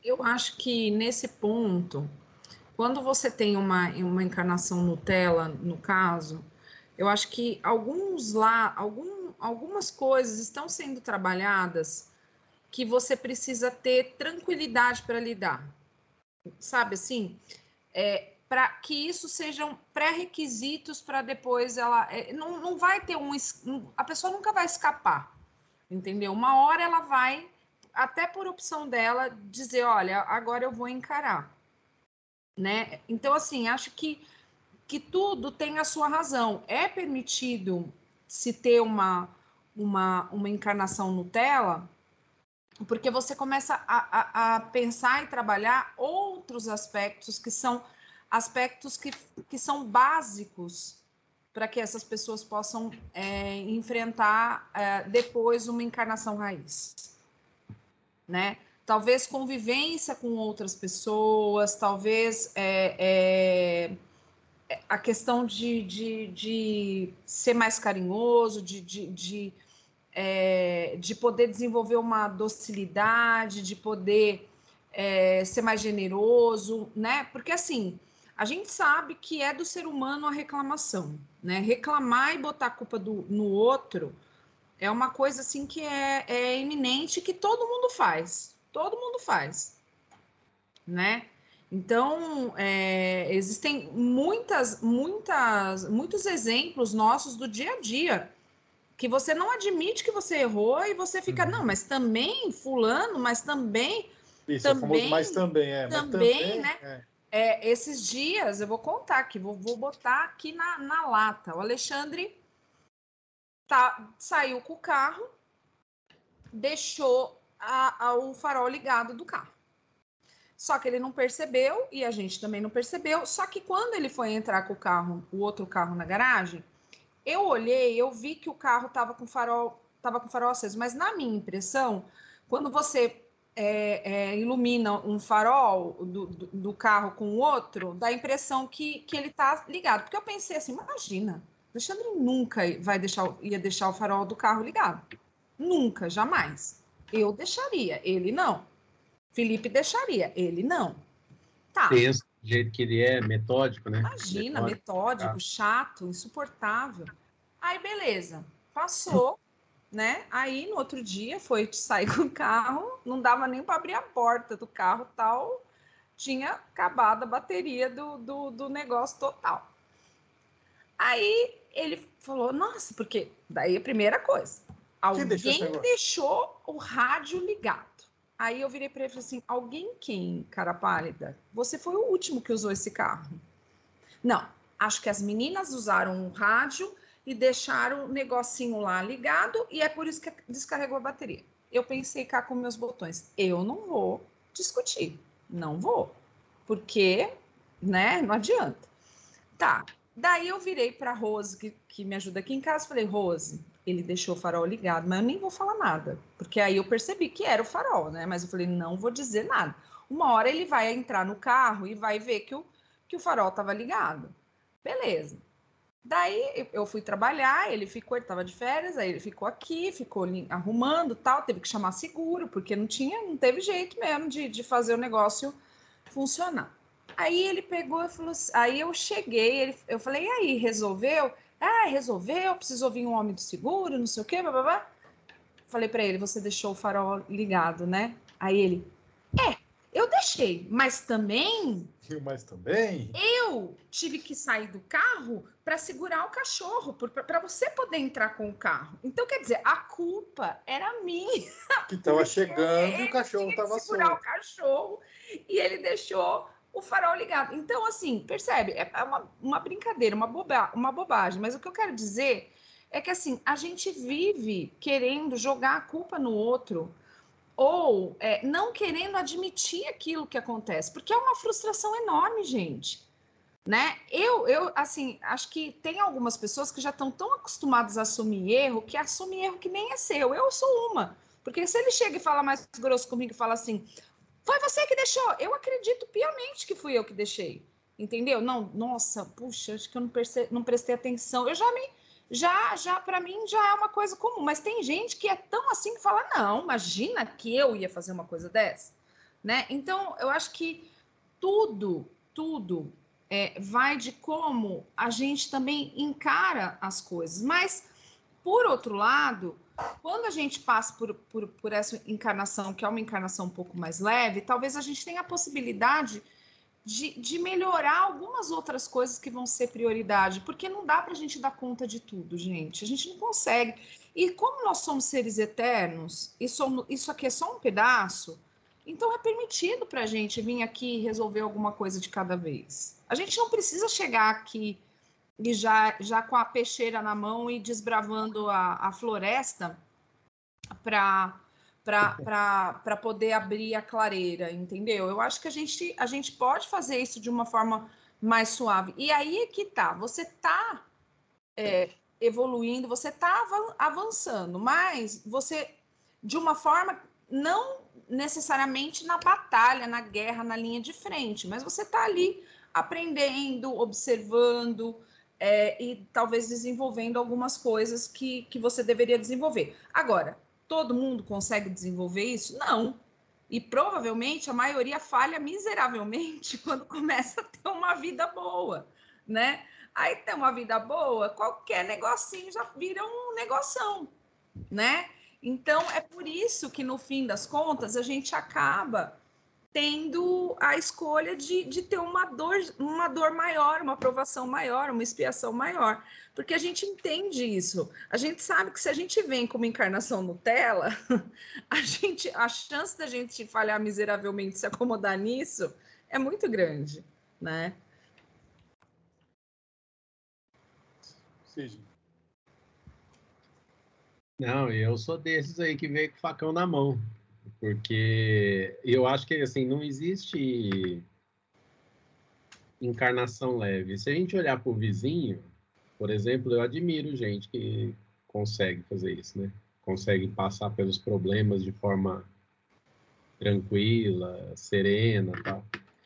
Eu acho que nesse ponto, quando você tem uma encarnação Nutella, no caso, eu acho que algumas coisas estão sendo trabalhadas que você precisa ter tranquilidade para lidar, sabe assim? Para que isso sejam pré-requisitos para depois ela. Não vai ter a pessoa nunca vai escapar, entendeu? Uma hora ela vai, até por opção dela, dizer: olha, agora eu vou encarar, né? Então, assim, acho que tudo tem a sua razão. É permitido se ter uma encarnação Nutella, porque você começa a pensar e trabalhar outros aspectos que são aspectos que são básicos para que essas pessoas possam enfrentar depois uma encarnação raiz, né? Talvez convivência com outras pessoas, talvez a questão de ser mais carinhoso, de poder desenvolver uma docilidade, de poder ser mais generoso, né? Porque assim, a gente sabe que é do ser humano a reclamação, né? Reclamar e botar a culpa no outro é uma coisa assim que é iminente, que todo mundo faz, né? Então, existem muitos exemplos nossos do dia a dia que você não admite que você errou e você fica, não, mas também fulano, mas Isso, é o famoso mas também, mas também, né? Esses dias, eu vou contar aqui, vou botar aqui na lata. O Alexandre saiu com o carro, deixou o farol ligado do carro. Só que ele não percebeu e a gente também não percebeu. Só que quando ele foi entrar com o outro carro na garagem, eu olhei, eu vi que o carro estava com farol aceso, mas na minha impressão, quando você ilumina um farol do carro com o outro, dá a impressão que ele está ligado. Porque eu pensei assim, imagina, Alexandre nunca ia deixar o farol do carro ligado. Nunca, jamais. Eu deixaria, ele não. Felipe deixaria, ele não. Tá. Pensa do jeito que ele é, metódico, né? Imagina, metódico, chato, insuportável. Aí, beleza. Passou, né? Aí, no outro dia, foi sair com o carro, não dava nem para abrir a porta do carro, tal. Tinha acabado a bateria do negócio total. Aí, ele falou, nossa, porque daí a primeira coisa, alguém deixou o rádio ligado. Aí eu virei para ele e falei assim, alguém quem, cara pálida? Você foi o último que usou esse carro. Não, acho que as meninas usaram o rádio e deixaram o negocinho lá ligado e é por isso que descarregou a bateria. Eu pensei cá com meus botões, eu não vou discutir, não vou, porque, né, não adianta. Tá, daí eu virei para Rose, que me ajuda aqui em casa, falei, Rose, ele deixou o farol ligado, mas eu nem vou falar nada, porque aí eu percebi que era o farol, né, mas eu falei, não vou dizer nada. Uma hora ele vai entrar no carro e vai ver que o farol estava ligado. Beleza. Daí eu fui trabalhar, ele estava de férias, aí ele ficou aqui, ficou arrumando tal, teve que chamar seguro, porque não teve jeito mesmo de fazer o negócio funcionar. Aí ele pegou e falou assim, aí eu cheguei, eu falei, e aí, resolveu? Ah, resolveu, precisou vir um homem do seguro, não sei o quê, blá, blá, blá. Falei para ele, você deixou o farol ligado, né? Aí ele, eu deixei, mas também eu tive que sair do carro para segurar o cachorro, para você poder entrar com o carro. Então, quer dizer, a culpa era minha. Que estava chegando e o cachorro estava solto. Segurar o cachorro e ele deixou o farol ligado. Então, assim, percebe? É uma brincadeira, uma bobagem. Mas o que eu quero dizer é que, assim, a gente vive querendo jogar a culpa no outro ou não querendo admitir aquilo que acontece, porque é uma frustração enorme, gente, né? Eu assim, acho que tem algumas pessoas que já estão tão acostumadas a assumir erro, que assumem erro que nem é seu. Eu sou uma, porque se ele chega e fala mais grosso comigo e fala assim, foi você que deixou, eu acredito piamente que fui eu que deixei, entendeu? Não, nossa, puxa, acho que eu não prestei atenção, eu já para mim já é uma coisa comum, mas tem gente que é tão assim que fala, não, imagina que eu ia fazer uma coisa dessa, né? Então, eu acho que tudo vai de como a gente também encara as coisas. Mas, por outro lado, quando a gente passa por essa encarnação, que é uma encarnação um pouco mais leve, talvez a gente tenha a possibilidade de melhorar algumas outras coisas que vão ser prioridade, porque não dá para a gente dar conta de tudo, gente. A gente não consegue. E como nós somos seres eternos, e isso aqui é só um pedaço, então é permitido para a gente vir aqui e resolver alguma coisa de cada vez. A gente não precisa chegar aqui e já com a peixeira na mão e desbravando a floresta para poder abrir a clareira, entendeu? Eu acho que a gente pode fazer isso de uma forma mais suave. E aí é que tá, você tá evoluindo, você tá avançando, mas você, de uma forma, não necessariamente na batalha, na guerra, na linha de frente, mas você tá ali aprendendo, observando, e talvez desenvolvendo algumas coisas que você deveria desenvolver. Agora, todo mundo consegue desenvolver isso? Não. E provavelmente a maioria falha miseravelmente quando começa a ter uma vida boa, né? Aí tem uma vida boa, qualquer negocinho já vira um negoção, né? Então é por isso que no fim das contas a gente acaba tendo a escolha de ter uma dor maior, uma provação maior, uma expiação maior, porque a gente entende isso. A gente sabe que se a gente vem com uma encarnação Nutella, a chance da gente falhar miseravelmente, se acomodar nisso, é muito grande, né? Sim. Não, eu sou desses aí que veio com o facão na mão, porque eu acho que, assim, não existe encarnação leve. Se a gente olhar para o vizinho, por exemplo, eu admiro gente que consegue fazer isso, né? Consegue passar pelos problemas de forma tranquila, serena, tal.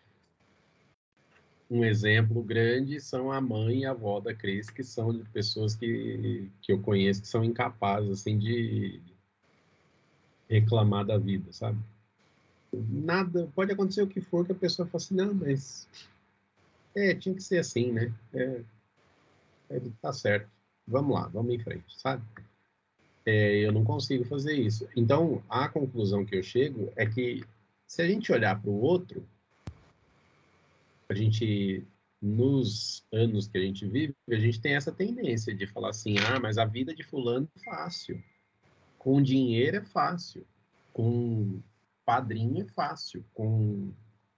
Um exemplo grande são a mãe e a avó da Cris, que são pessoas que eu conheço que são incapazes, assim, de reclamar da vida, sabe? Nada, pode acontecer o que for, que a pessoa fala assim, não, mas tinha que ser assim, né? Tá certo, vamos lá, vamos em frente, sabe? Eu não consigo fazer isso. Então, a conclusão que eu chego é que se a gente olhar para o outro, a gente, nos anos que a gente vive, a gente tem essa tendência de falar assim, mas a vida de fulano é fácil, com dinheiro é fácil, com padrinho é fácil, com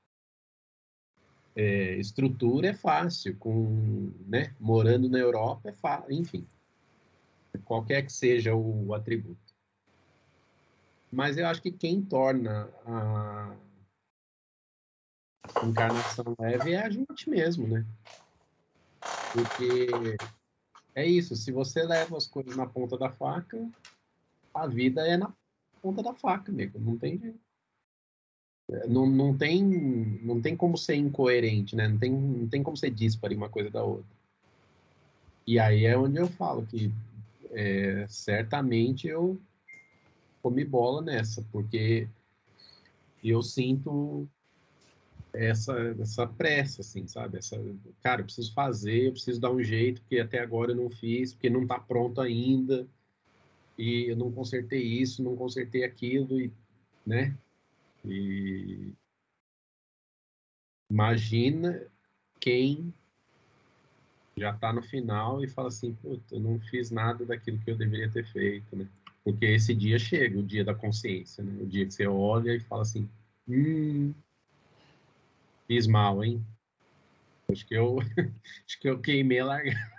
estrutura é fácil, com, né, morando na Europa é fácil, enfim, qualquer que seja o atributo. Mas eu acho que quem torna a encarnação leve é a gente mesmo, né? Porque é isso, se você leva as coisas na ponta da faca, a vida é na ponta da faca, nego. Não tem jeito. Não tem como ser incoerente, né? Não tem como ser disparo uma coisa da outra. E aí é onde eu falo que certamente eu comi bola nessa, porque eu sinto essa pressa, assim, sabe? Cara, eu preciso fazer, eu preciso dar um jeito, porque até agora eu não fiz, porque não está pronto ainda, e eu não consertei isso, não consertei aquilo, e, né? E imagina quem já está no final e fala assim, puta, eu não fiz nada daquilo que eu deveria ter feito, né? Porque esse dia chega, o dia da consciência, né? O dia que você olha e fala assim, fiz mal, hein? Acho que eu, acho que eu queimei a largada.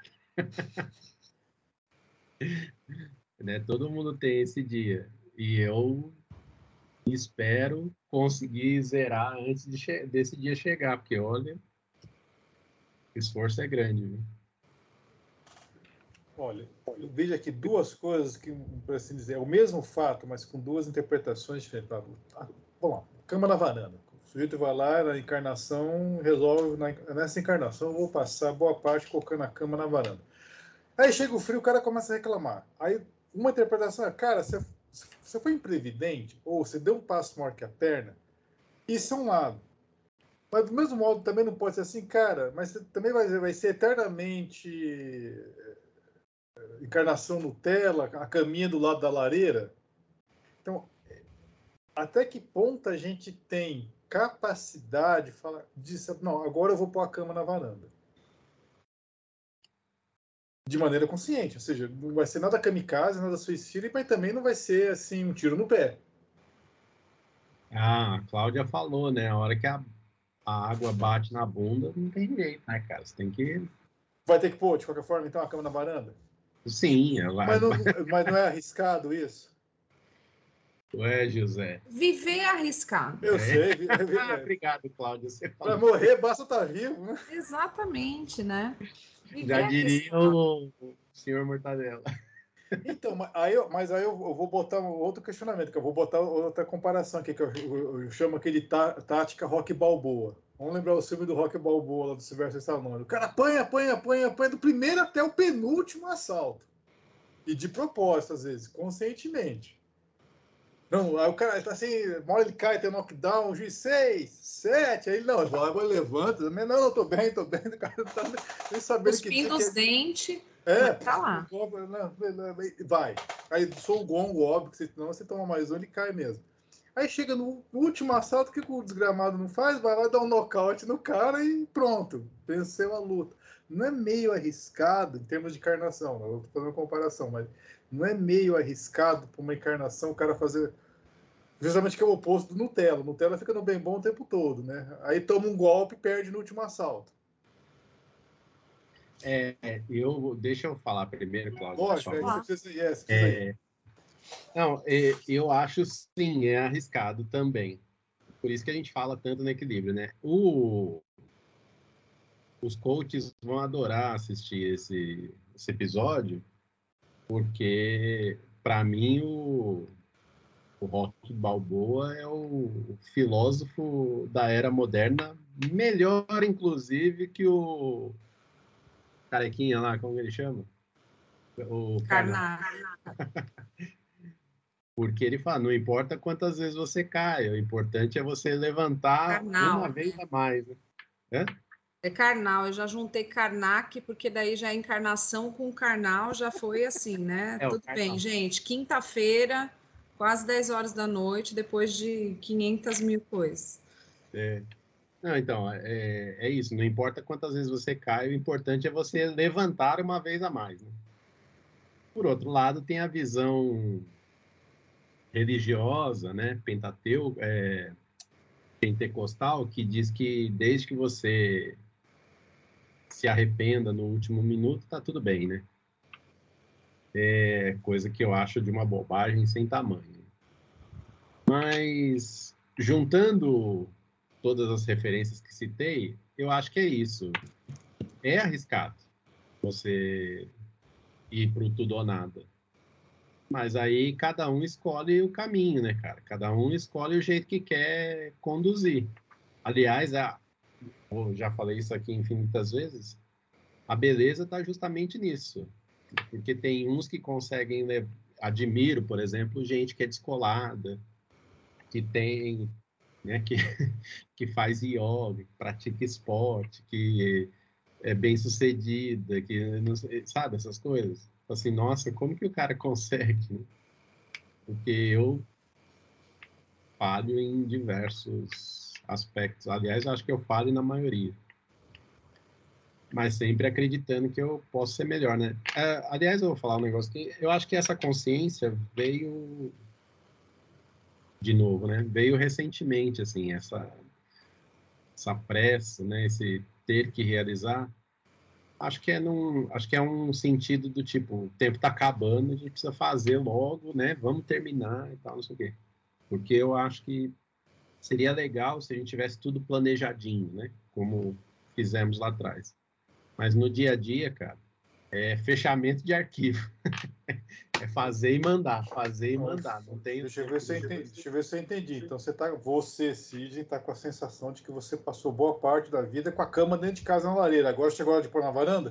Né? Todo mundo tem esse dia. E eu espero conseguir zerar antes desse dia chegar, porque olha, o esforço é grande, viu? Olha, eu vejo aqui duas coisas que, por assim dizer, é o mesmo fato, mas com duas interpretações diferentes. Vamos lá, cama na varanda. O sujeito vai lá, na encarnação, resolve, nessa encarnação eu vou passar boa parte colocando a cama na varanda. Aí chega o frio, o cara começa a reclamar. Aí uma interpretação é, cara, você foi imprevidente, ou você deu um passo maior que a perna, Isso é um lado. Mas do mesmo modo também não pode ser assim, cara, mas também vai ser eternamente encarnação Nutella, a caminha do lado da lareira. Então, até que ponto a gente tem capacidade de não, agora eu vou pôr a cama na varanda. De maneira consciente, ou seja, não vai ser nada kamikaze, nada suicida, mas também não vai ser assim um tiro no pé. Ah, a Cláudia falou, né? A hora que a água bate na bunda, não tem jeito, né, cara? Você tem que... Vai ter que pôr, de qualquer forma, então, a cama na varanda? Sim, ela... Mas não é arriscado isso? Ué, José. Viver é arriscado. Eu sei. Obrigado, Cláudia. Você Para falou. morrer, basta estar vivo, né? Exatamente, né? Já diria o senhor Mortadela. Então, mas aí eu vou botar outro questionamento, que eu vou botar outra comparação aqui, que eu chamo aqui de tática Rock Balboa. Vamos lembrar o filme do Rock Balboa, lá do Sylvester Stallone. O cara apanha do primeiro até o penúltimo assalto. E de propósito, às vezes, conscientemente. Não, aí o cara tá assim, uma hora ele cai, tem um knockdown, juiz 6, 7, aí ele não, agora levanta, não, tô bem, o cara tá nem sabendo cuspindo os dentes, tá lá. Vai. Aí sou o gongo, óbvio, que senão você toma mais um, ele cai mesmo. Aí chega no último assalto, o que o desgramado não faz? Vai lá dar um nocaute no cara e pronto, venceu a luta. Não é meio arriscado em termos de encarnação, eu tô fazendo uma comparação, mas não é meio arriscado para uma encarnação o cara fazer justamente que é o oposto do Nutella. O Nutella fica no bem bom o tempo todo, né? Aí toma um golpe e perde no último assalto. Deixa eu falar primeiro, Cláudio. Lógico, não, eu acho sim, é arriscado também. Por isso que a gente fala tanto no equilíbrio, né? Os coaches vão adorar assistir esse episódio, porque, para mim, o Rock Balboa é o filósofo da era moderna, melhor, inclusive, que o carequinha lá, como ele chama? O Karnak. Porque ele fala, não importa quantas vezes você cai, o importante é você levantar uma vez a mais. Né? É carnal, eu já juntei Karnak, porque daí já é encarnação com carnal, já foi assim, né? Tudo bem, gente, quinta-feira, quase 10 horas da noite, depois de 500 mil coisas. Não, então, é isso, não importa quantas vezes você cai, o importante é você levantar uma vez a mais. Né? Por outro lado, tem a visão religiosa, né, pentecostal, que diz que desde que você se arrependa no último minuto, tá tudo bem, né? É coisa que eu acho de uma bobagem sem tamanho. Mas, juntando todas as referências que citei, eu acho que é isso. É arriscado você ir para o tudo ou nada. Mas aí cada um escolhe o caminho, né, cara? Cada um escolhe o jeito que quer conduzir. Aliás, eu já falei isso aqui infinitas vezes, a beleza está justamente nisso. Porque tem uns que conseguem, admiro, por exemplo, gente que é descolada, que tem, né, que faz yoga, que pratica esporte, que é bem sucedida, que não, sabe essas coisas. Assim, nossa, como que o cara consegue? Né? Porque eu falho em diversos aspectos. Aliás, acho que eu falho na maioria. Mas sempre acreditando que eu posso ser melhor, né? Aliás, eu vou falar um negócio que eu acho que essa consciência veio de novo, né? Veio recentemente, assim, essa pressa, né? Esse ter que realizar. Acho que é um sentido do tipo, o tempo tá acabando, a gente precisa fazer logo, né? Vamos terminar e tal, não sei o quê. Porque eu acho que seria legal se a gente tivesse tudo planejadinho, né? Como fizemos lá atrás. Mas no dia a dia, cara, é fechamento de arquivo. É fazer e mandar, fazer e mandar. Não tem... Deixa eu ver se eu entendi. Então você, Sidney, está com a sensação de que você passou boa parte da vida com a cama dentro de casa na lareira. Agora chegou a hora de pôr na varanda?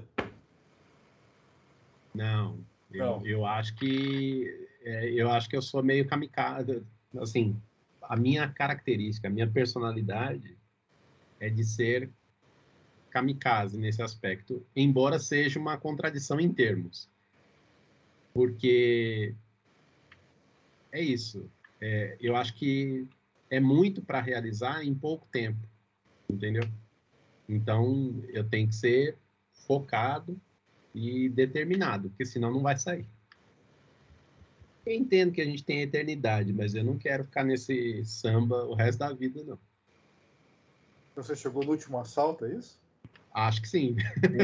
Não. Eu acho que eu sou meio kamikaze, assim, a minha característica, a minha personalidade é de ser kamikaze nesse aspecto, embora seja uma contradição em termos. Porque é isso. Eu acho que é muito para realizar em pouco tempo, entendeu? Então, eu tenho que ser focado e determinado, porque senão não vai sair. Eu entendo que a gente tem a eternidade, mas eu não quero ficar nesse samba o resto da vida, não. Você chegou no último assalto, é isso? Acho que sim.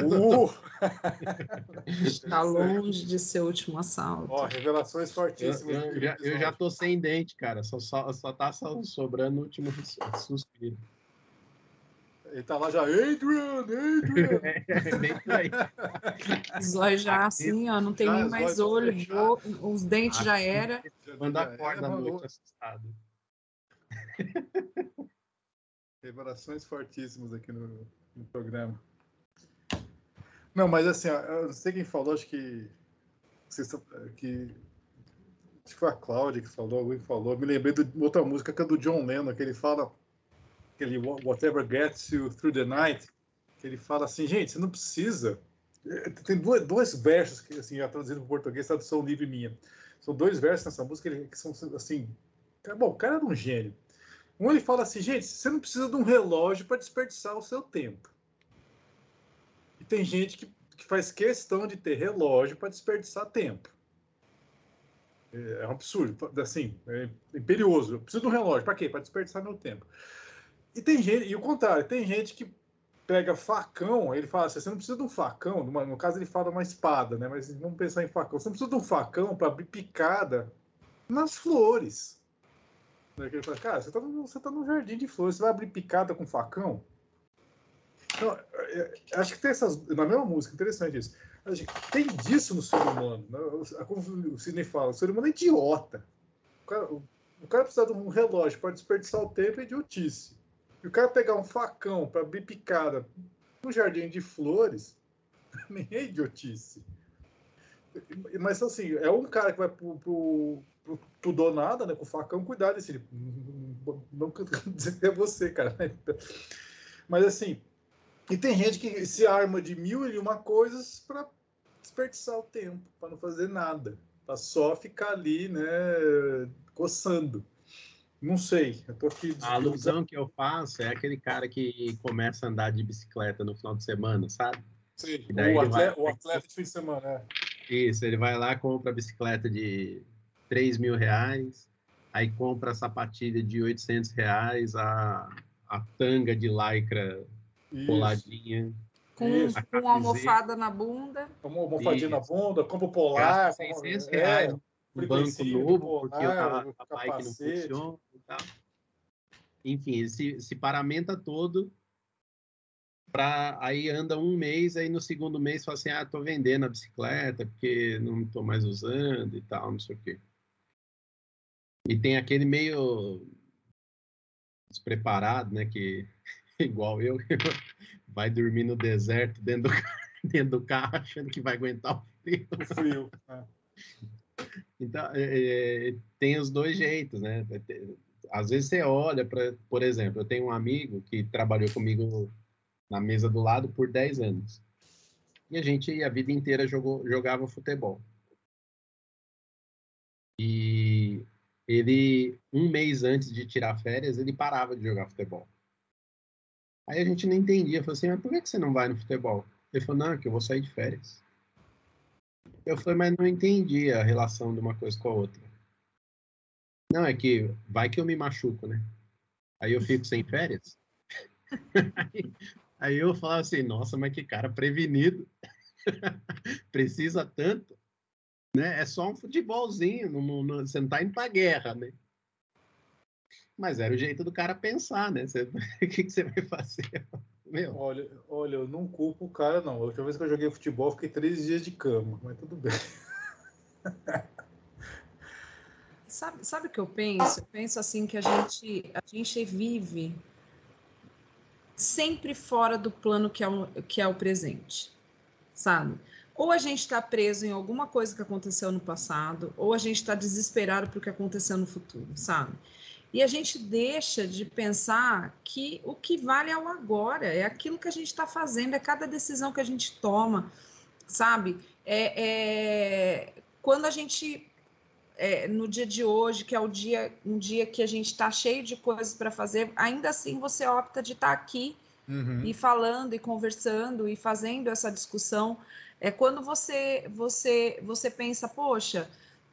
Está longe de ser o último assalto. Ó, revelações fortíssimas. Eu já tô sem dente, cara. Só tá sobrando o último suspiro. Ele tá lá já, Adrian! Bem por aí. Os olhos já assim, ó, não tem nem mais olho, os dentes já era. Quando acorda à noite assustado. Revelações fortíssimas aqui no programa. Não, mas assim, eu não sei quem falou, acho que foi a Cláudia que falou, alguém falou. Me lembrei de outra música que é do John Lennon, que ele fala, aquele Whatever Gets You Through the Night, que ele fala assim, gente, você não precisa. Tem dois versos que, assim, já traduzido para o português, tradução livre minha. São dois versos nessa música que são assim. Bom, o cara é um gênio. Um ele fala assim, gente, você não precisa de um relógio para desperdiçar o seu tempo. E tem gente que faz questão de ter relógio para desperdiçar tempo. É um absurdo, assim, é imperioso. Eu preciso de um relógio, para quê? Para desperdiçar meu tempo. E tem gente, e o contrário, tem gente que pega facão, ele fala assim, você não precisa de um facão, no caso ele fala uma espada, né? Mas vamos pensar em facão. Você não precisa de um facão para abrir picada nas flores. Ele fala, cara, você tá no jardim de flores, você vai abrir picada com facão? Então, acho que tem essas, na mesma música, interessante isso. Tem disso no ser humano, né? Como o Sidney fala, o ser humano é idiota. O cara precisa de um relógio para desperdiçar o tempo é idiotice. E o cara pegar um facão para abrir picada no jardim de flores, nem é idiotice. Mas assim, é um cara que vai pro tudo ou nada, né, com o facão, cuidado desse. Não dizer que é você, cara. Mas assim, e tem gente que se arma de 1001 coisas para desperdiçar o tempo, para não fazer nada, para só ficar ali, né, coçando. Não sei, eu tô aqui... A alusão que eu faço é aquele cara que começa a andar de bicicleta no final de semana, sabe? Sim, o atleta de fim de semana, né? Isso, ele vai lá, compra a bicicleta de R$3.000, aí compra a sapatilha de R$800, a tanga de lycra coladinha. Com uma almofada na bunda. Uma almofadinha na bunda, compra o polar. Gasta R$600 no banco novo, porque a bike não funciona e tal. Enfim, ele se paramenta todo, aí anda um mês, aí no segundo mês fala assim, tô vendendo a bicicleta, porque não tô mais usando e tal, não sei o quê. E tem aquele meio despreparado, né, que igual eu, vai dormir no deserto dentro do carro achando que vai aguentar o frio. O frio, né? Então, tem os dois jeitos, né? Às vezes você olha para, por exemplo, eu tenho um amigo que trabalhou comigo na mesa do lado por 10 anos. E a gente, a vida inteira, jogava futebol. E ele, um mês antes de tirar férias, ele parava de jogar futebol. Aí a gente não entendia, falou assim, mas por que você não vai no futebol? Ele falou, não, que eu vou sair de férias. Eu falei, mas não entendi a relação de uma coisa com a outra. Não, é que vai que eu me machuco, né? Aí eu fico sem férias. Aí eu falo assim, nossa, mas que cara prevenido. Precisa tanto, né? É só um futebolzinho, você não tá indo pra guerra, né? Mas era o jeito do cara pensar, né? O que você vai fazer? Meu. Olha, eu não culpo o cara, não. A última vez que eu joguei futebol, fiquei 3 dias de cama, mas tudo bem. Sabe o que eu penso? Eu penso assim que a gente vive sempre fora do plano que é o presente, sabe? Ou a gente está preso em alguma coisa que aconteceu no passado, ou a gente está desesperado por o que aconteceu no futuro, sabe? E a gente deixa de pensar que o que vale é o agora, é aquilo que a gente está fazendo, é cada decisão que a gente toma, sabe? Quando a gente, no dia de hoje, que é um dia que a gente está cheio de coisas para fazer, ainda assim você opta de estar aqui e falando, e conversando, e fazendo essa discussão. É quando você pensa, poxa,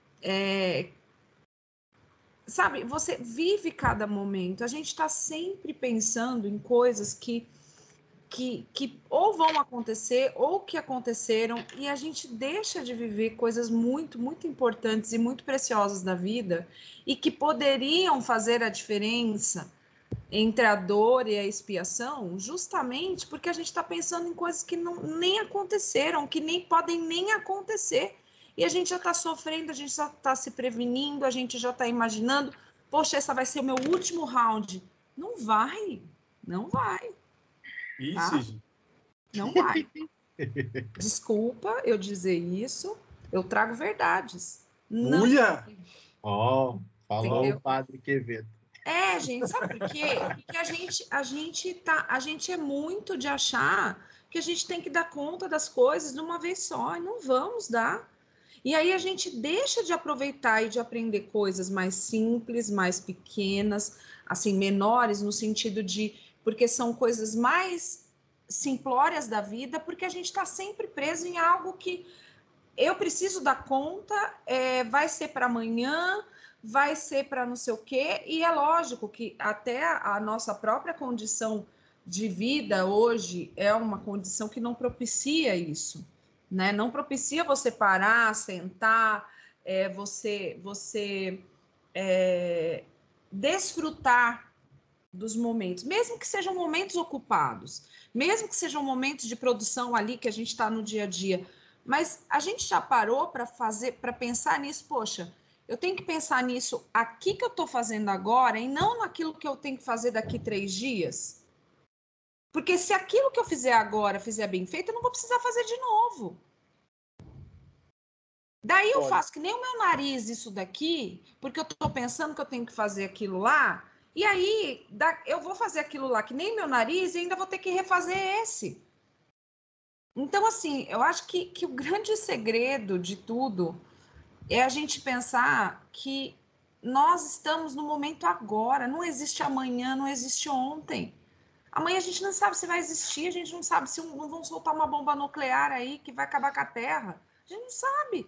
sabe, você vive cada momento. A gente está sempre pensando em coisas que ou vão acontecer ou que aconteceram, e a gente deixa de viver coisas muito, muito importantes e muito preciosas da vida e que poderiam fazer a diferença entre a dor e a expiação, justamente porque a gente está pensando em coisas que nem aconteceram, que nem podem nem acontecer. E a gente já está sofrendo, a gente já está se prevenindo, a gente já está imaginando, poxa, essa vai ser o meu último round. Não vai, não vai. Isso, Tá? Não vai. Desculpa eu dizer isso, eu trago verdades. Não. Falou Entendeu? o Padre Quevedo. Gente, sabe por quê? Porque a gente é muito de achar que a gente tem que dar conta das coisas de uma vez só, e não vamos dar. E aí a gente deixa de aproveitar e de aprender coisas mais simples, mais pequenas, assim, menores, no sentido de, porque são coisas mais simplórias da vida, porque a gente está sempre preso em algo que eu preciso dar conta, vai ser para amanhã, vai ser para não sei o quê, e é lógico que até a nossa própria condição de vida hoje é uma condição que não propicia isso, né? Não propicia você parar, sentar, você desfrutar dos momentos, mesmo que sejam momentos ocupados, mesmo que sejam momentos de produção ali que a gente está no dia a dia, mas a gente já parou para pensar nisso, poxa, eu tenho que pensar nisso aqui que eu estou fazendo agora e não naquilo que eu tenho que fazer daqui 3 dias. Porque se aquilo que eu fizer agora fizer bem feito, eu não vou precisar fazer de novo. Daí eu faço que nem o meu nariz isso daqui, porque eu estou pensando que eu tenho que fazer aquilo lá, e aí eu vou fazer aquilo lá que nem meu nariz e ainda vou ter que refazer esse. Então, assim, eu acho que o grande segredo de tudo é a gente pensar que nós estamos no momento agora, não existe amanhã, não existe ontem. Amanhã a gente não sabe se vai existir, a gente não sabe se não vão soltar uma bomba nuclear aí que vai acabar com a Terra. A gente não sabe,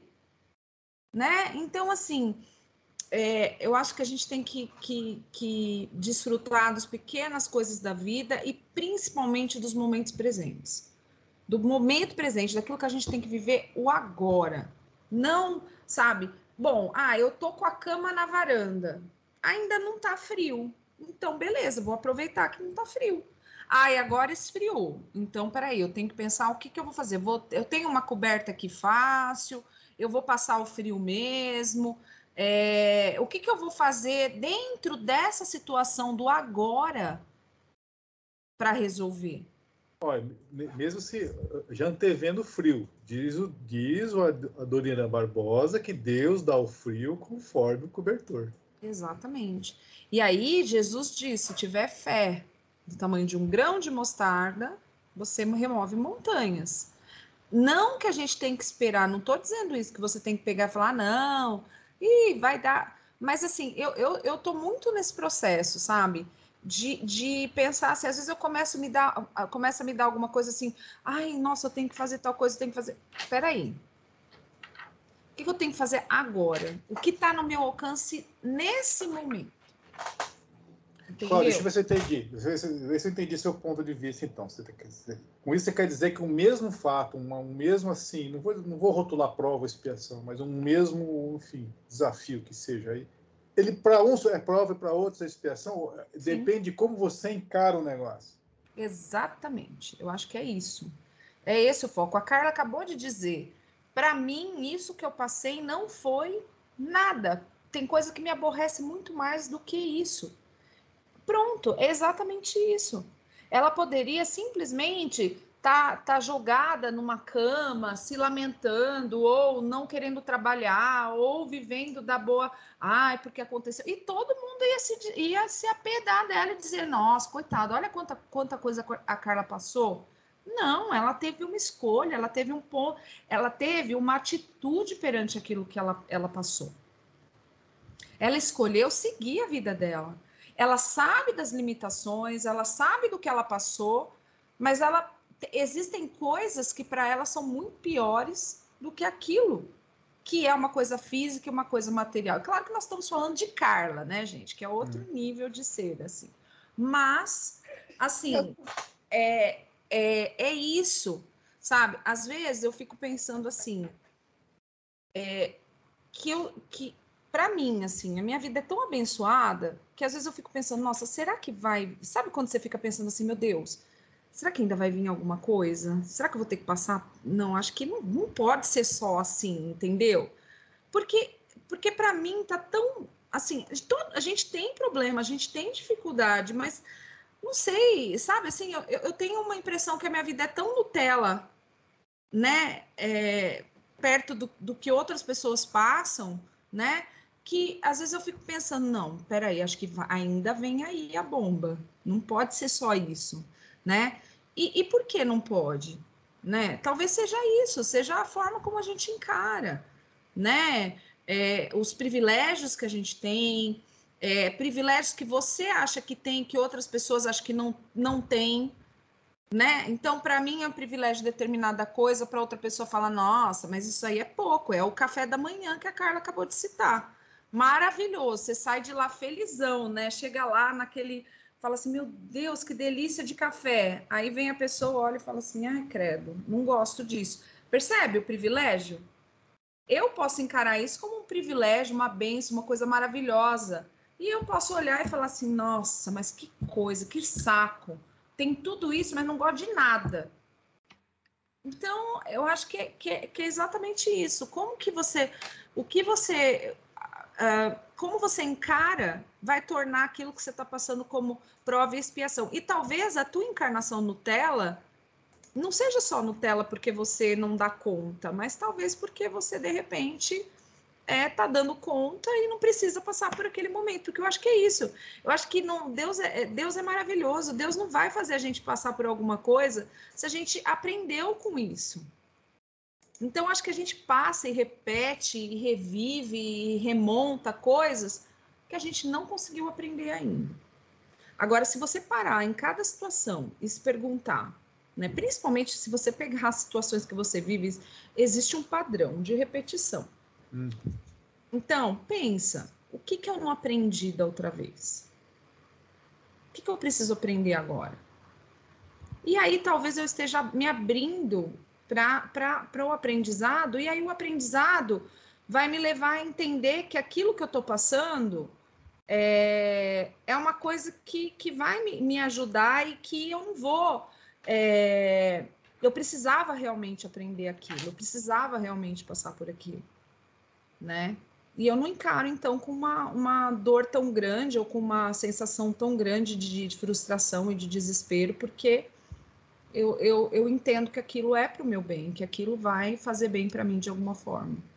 né? Então, assim, eu acho que a gente tem que desfrutar das pequenas coisas da vida e principalmente dos momentos presentes. Do momento presente, daquilo que a gente tem que viver o agora. Não, sabe? Bom, eu tô com a cama na varanda. Ainda não tá frio. Então, beleza, vou aproveitar que não tá frio. E agora esfriou. Então, peraí, eu tenho que pensar o que eu vou fazer. Eu tenho uma coberta aqui fácil, eu vou passar o frio mesmo. O que eu vou fazer dentro dessa situação do agora para resolver? Olha, mesmo se já antevendo frio, diz o Adoniran Barbosa que Deus dá o frio conforme o cobertor. Exatamente. E aí Jesus disse: se tiver fé do tamanho de um grão de mostarda, você remove montanhas. Não que a gente tem que esperar, não estou dizendo isso, que você tem que pegar e falar, não, e vai dar. Mas assim, eu tô muito nesse processo, sabe? De pensar assim, às vezes eu começo a me dar alguma coisa assim, ai, nossa, eu tenho que fazer tal coisa, eu tenho que fazer. Peraí. O que eu tenho que fazer agora? O que está no meu alcance nesse momento? Claro, deixa Entendeu? eu ver se eu entendi. Ver se eu entendi seu ponto de vista, então. Com isso, você quer dizer que um mesmo fato, um mesmo assim, não vou rotular prova ou expiação, mas um mesmo, enfim, desafio que seja aí. Ele, para uns é prova e para outros é expiação, depende de como você encara o negócio. Exatamente. Eu acho que é isso. É esse o foco. A Carla acabou de dizer. Para mim, isso que eu passei não foi nada. Tem coisa que me aborrece muito mais do que isso. Pronto, é exatamente isso. Ela poderia simplesmente tá jogada numa cama, se lamentando, ou não querendo trabalhar, ou vivendo da boa, ai, porque aconteceu. E todo mundo ia se apedar dela e dizer, nossa, coitada, olha quanta coisa a Carla passou. Não, ela teve uma escolha, ela teve um ponto, ela teve uma atitude perante aquilo que ela passou. Ela escolheu seguir a vida dela. Ela sabe das limitações, ela sabe do que ela passou, mas existem coisas que para ela são muito piores do que aquilo, que é uma coisa física e uma coisa material. Claro que nós estamos falando de Carla, né, gente? Que é outro nível de ser, assim. Mas, assim, é isso, sabe? Às vezes eu fico pensando assim, que para mim, assim, a minha vida é tão abençoada que às vezes eu fico pensando, nossa, será que vai... Sabe quando você fica pensando assim, meu Deus, será que ainda vai vir alguma coisa? Será que eu vou ter que passar? Não, acho que não pode ser só assim, entendeu? Porque para mim tá tão... Assim, a gente tem problema, a gente tem dificuldade, mas não sei, sabe? Assim, eu tenho uma impressão que a minha vida é tão Nutella, né? Perto do que outras pessoas passam, né? Que às vezes eu fico pensando, não, peraí, acho que ainda vem aí a bomba. Não pode ser só isso, né? E por que não pode? Né? Talvez seja isso, seja a forma como a gente encara, né? Os privilégios que a gente tem, privilégios que você acha que tem, que outras pessoas acham que não tem, né? Então, para mim é um privilégio determinada coisa, para outra pessoa falar, nossa, mas isso aí é pouco, é o café da manhã que a Carla acabou de citar. Maravilhoso, você sai de lá felizão, né? Chega lá naquele, fala assim, meu Deus, que delícia de café. Aí vem a pessoa, olha e fala assim, ai, credo, não gosto disso. Percebe o privilégio? Eu posso encarar isso como um privilégio, uma bênção, uma coisa maravilhosa. E eu posso olhar e falar assim, nossa, mas que coisa, que saco. Tem tudo isso, mas não gosto de nada. Então, eu acho que é exatamente isso. Como você encara vai tornar aquilo que você está passando como prova e expiação. E talvez a tua encarnação Nutella não seja só Nutella porque você não dá conta, mas talvez porque você, de repente, tá dando conta e não precisa passar por aquele momento, porque eu acho que é isso. Eu acho que Deus é maravilhoso, Deus não vai fazer a gente passar por alguma coisa se a gente aprendeu com isso. Então, acho que a gente passa e repete, e revive, e remonta coisas que a gente não conseguiu aprender ainda. Agora, se você parar em cada situação e se perguntar, né, principalmente se você pegar as situações que você vive, existe um padrão de repetição. Então, pensa, o que eu não aprendi da outra vez? O que eu preciso aprender agora? E aí talvez eu esteja me abrindo para o aprendizado, e aí o aprendizado vai me levar a entender que aquilo que eu estou passando é uma coisa que vai me ajudar e que eu não vou... eu precisava realmente aprender aquilo, eu precisava realmente passar por aquilo, né? E eu não encaro, então, com uma dor tão grande ou com uma sensação tão grande de frustração e de desespero, porque eu entendo que aquilo é para o meu bem, que aquilo vai fazer bem para mim de alguma forma.